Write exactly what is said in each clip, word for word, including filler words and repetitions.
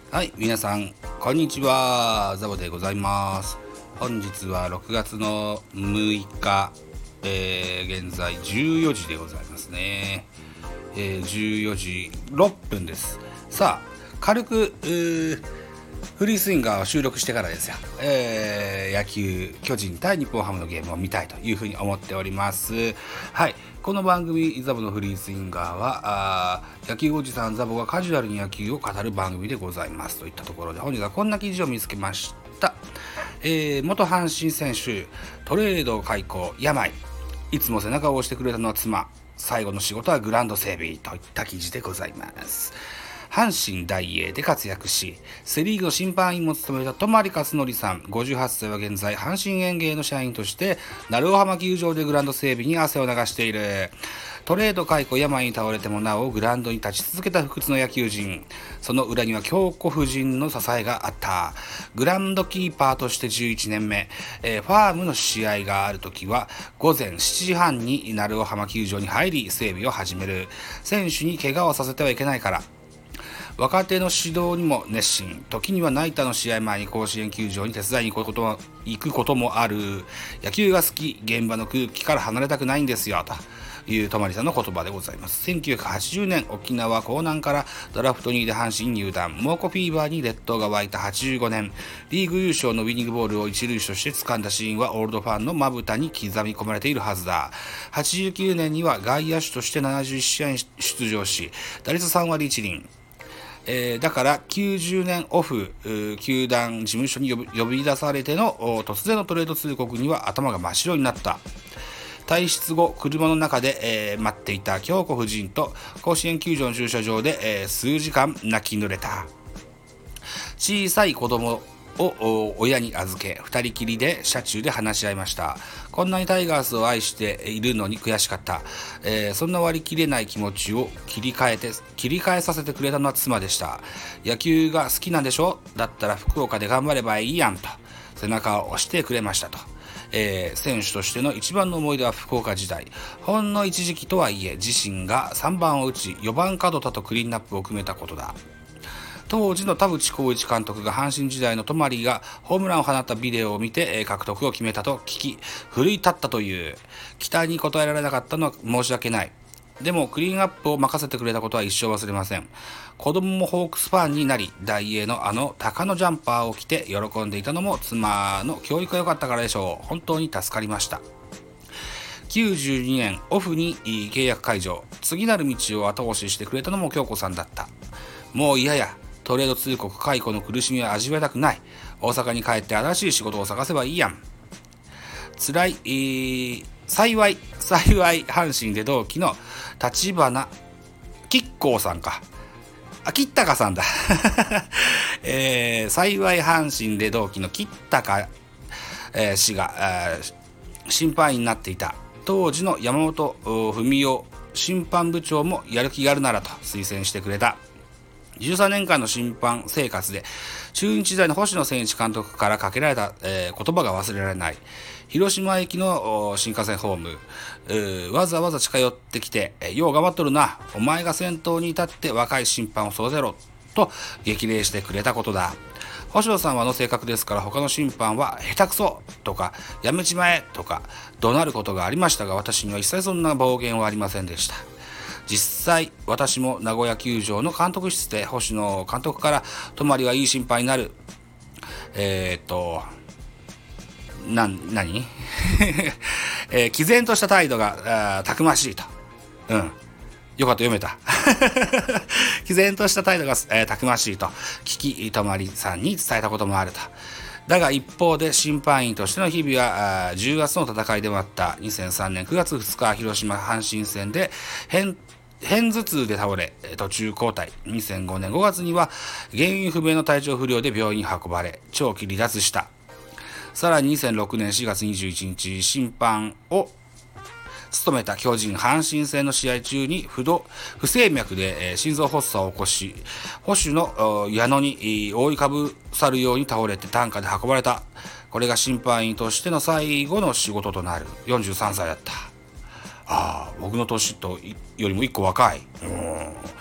はい、皆さんこんにちは、ザボでございます。本日はろくがつのむいか、えー、現在じゅうよじでございますね。えー、じゅうよじろっぷんです。さあ、軽くフリースインガーを収録してからですよ、えー、野球巨人対日本ハムのゲームを見たいというふうに思っております。はい、この番組ザボのフリースインガーはあー野球おじさんザボがカジュアルに野球を語る番組でございますといったところで、本日はこんな記事を見つけました。えー、元阪神選手トレード開口病、いつも背中を押してくれたのは妻、最後の仕事はグラウンド整備といった記事でございます。阪神大英で活躍し、セリーグの審判員も務めた泊勝則さんごじゅうはっさいは現在阪神園芸の社員として鳴尾浜球場でグラウンド整備に汗を流している。トレード解雇病に倒れてもなおグラウンドに立ち続けた不屈の野球人、その裏には京子夫人の支えがあった。グラウンドキーパーとしてじゅういちねんめ、えー、ファームの試合があるときは午前しちじはんに鳴尾浜球場に入り整備を始める。選手に怪我をさせてはいけないから、若手の指導にも熱心、時にはナイターの試合前に甲子園球場に手伝いに行くことも行くこともある。野球が好き、現場の空気から離れたくないんですよという泊さんの言葉でございます。せんきゅうひゃくはちじゅうねん沖縄港南からドラフトにいで阪神入団、猛虎フィーバーに列島が湧いたはちじゅうごねん、リーグ優勝のウィニングボールを一塁手として掴んだシーンはオールドファンのまぶたに刻み込まれているはずだ。はちじゅうきゅうねんには外野手としてななじゅういちしあい出場し、打率さんわりいちりん、えー、だからきゅうじゅうねんオフ、球団事務所に呼び、呼び出されての突然のトレード通告には頭が真っ白になった。退出後、車の中で、えー、待っていた京子夫人と甲子園球場の駐車場で、えー、数時間泣き濡れた。小さい子供を親に預け、二人きりで車中で話し合いました。こんなにタイガースを愛しているのに悔しかった、えー、そんな割り切れない気持ちを切り替えて切り替えさせてくれたのは妻でした。野球が好きなんでしょ、だったら福岡で頑張ればいいやんと背中を押してくれましたと。えー、選手としての一番の思い出は福岡時代、ほんの一時期とはいえ自身がさんばんを打ちよばん門田とクリーンナップを組めたことだ。当時の田淵幸一監督が阪神時代の泊がホームランを放ったビデオを見て獲得を決めたと聞き奮い立ったという。期待に応えられなかったのは申し訳ない。でもクリーンアップを任せてくれたことは一生忘れません。子供もホークスファンになり、大英のあの鷹のジャンパーを着て喜んでいたのも妻の教育が良かったからでしょう。本当に助かりました。きゅうじゅうにねんオフに契約解除、次なる道を後押ししてくれたのも京子さんだった。もう嫌や、トレード通告解雇の苦しみは味わいたくない。大阪に帰って新しい仕事を探せばいいやん。辛い、えー、幸い幸い阪神で同期の立花吉光さんかあ吉高さんだ、えー、幸い阪神で同期の吉高、えー、氏が、えー、審判員になっていた。当時の山本文夫審判部長もやる気があるならと推薦してくれた。じゅうさんねんかんの審判生活で中日時代の星野千一監督からかけられた、えー、言葉が忘れられない。広島駅の新幹線ホーム、えー、わざわざ近寄ってきて、よう頑張っとるな、お前が先頭に立って若い審判を育てろと激励してくれたことだ。星野さんはあの性格ですから、他の審判は下手くそとかやめちまえとか怒鳴ることがありましたが、私には一切そんな暴言はありませんでした。実際私も名古屋球場の監督室で星野監督から泊はいい審判になる、えー、っとな何、えー、毅然とした態度がたくましいと、うんよかった読めた毅然とした態度が、えー、たくましいと聞き泊さんに伝えたこともあると。だが一方で審判員としての日々はじゅうがつの戦いでもあった。にせんさんねんくがつふつか広島阪神戦で変片頭痛で倒れ途中交代。にせんごねんごがつには原因不明の体調不良で病院に運ばれ長期離脱した。さらににせんろくねんしがつにじゅういちにち審判を務めた巨人阪神戦の試合中に不動不整脈で心臓発作を起こし、捕手の矢野に覆いかぶさるように倒れて担架で運ばれた。これが審判員としての最後の仕事となる。よんじゅうさんさいだった。ああ、僕の年とよりもいっこ若い。うん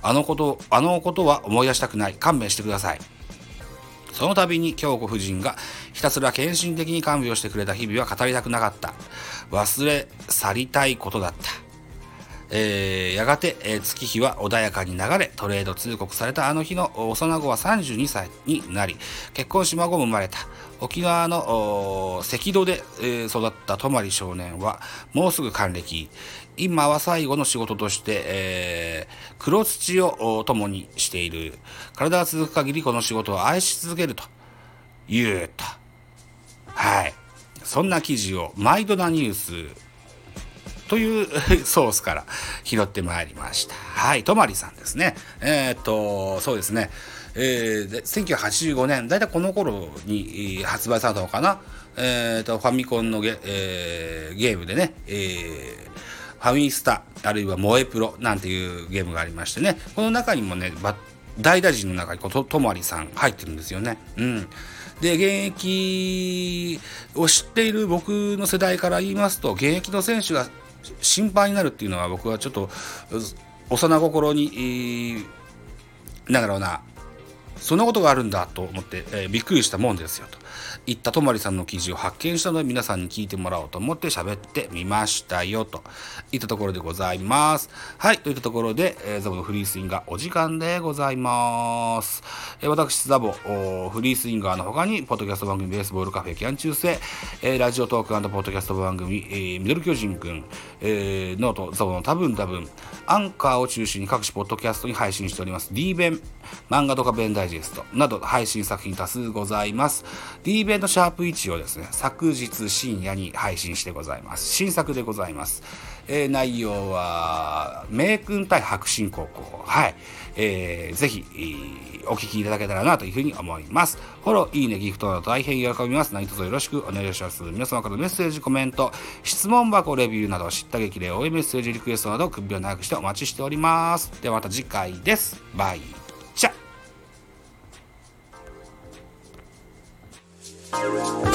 あのこと、あのことは思い出したくない。勘弁してください。その度に京子夫人がひたすら献身的に看病してくれた日々は語りたくなかった。忘れ去りたいことだった。えー、やがて、えー、月日は穏やかに流れ、トレード通告されたあの日の幼子はさんじゅうにさいになり、結婚し孫も生まれた。沖縄の赤道で、えー、育った泊少年はもうすぐ還暦。今は最後の仕事として、えー、黒土を共にしている。体が続く限りこの仕事を愛し続けると言うと。はい。そんな記事をマイドナニュースというソースから拾ってまいりました。はい、とまりさんですね。えー、っと、そうですね。えー、せんきゅうひゃくはちじゅうごねん、だいたいこの頃に発売されたのかな。えー、っと、ファミコンのゲ、えー、ゲームでね、えーファミスタあるいは萌えプロなんていうゲームがありましてね、この中にもね大打陣の中にこうとまりさん入ってるんですよね。うん、で現役を知っている僕の世代から言いますと、現役の選手が心配になるっていうのは僕はちょっと幼心に、えー、なんだろうな、そんなことがあるんだと思って、えー、びっくりしたもんですよといったとまりさんの記事を発見したので、皆さんに聞いてもらおうと思って喋ってみましたよといったところでございます。はい、といったところで、えー、ザボのフリースインガーお時間でございます。えー、私ザボフリースインガーの他にポッドキャスト番組ベースボールカフェキャン中世、えー、ラジオトーク&ポッドキャスト番組、えー、ミドル巨人くん、えー、ノートザボの多分多分アンカーを中心に各種ポッドキャストに配信しております。 D 弁漫画とか弁ダイジェストなど配信作品多数ございます。 D 弁のシャープいちをですね、昨日深夜に配信してございます。新作でございます。えー、内容は名君対白真高校、はい、えー、ぜひ、えー、お聞きいただけたらなというふうに思います。フォロー、いいね、ギフトなど大変喜びます。何卒よろしくお願いします。皆様からのメッセージ、コメント、質問箱、レビューなど知った激励応援メッセージ、リクエストなど首を長くしてお待ちしております。ではまた次回です。バイチャ。